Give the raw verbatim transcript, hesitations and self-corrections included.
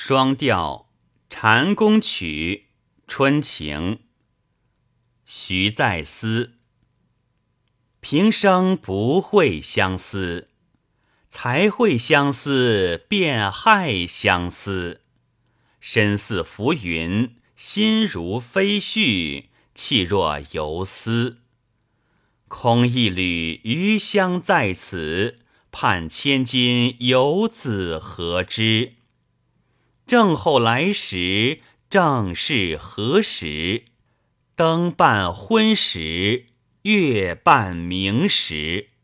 双调蟾宫曲春情。徐再思。平生不会相思，才会相思便害相思。身似浮云，心如飞絮，气若游丝。空一缕余香在此，盼千金游子何之？正后来时，正是何时？灯半昏时，月半明时。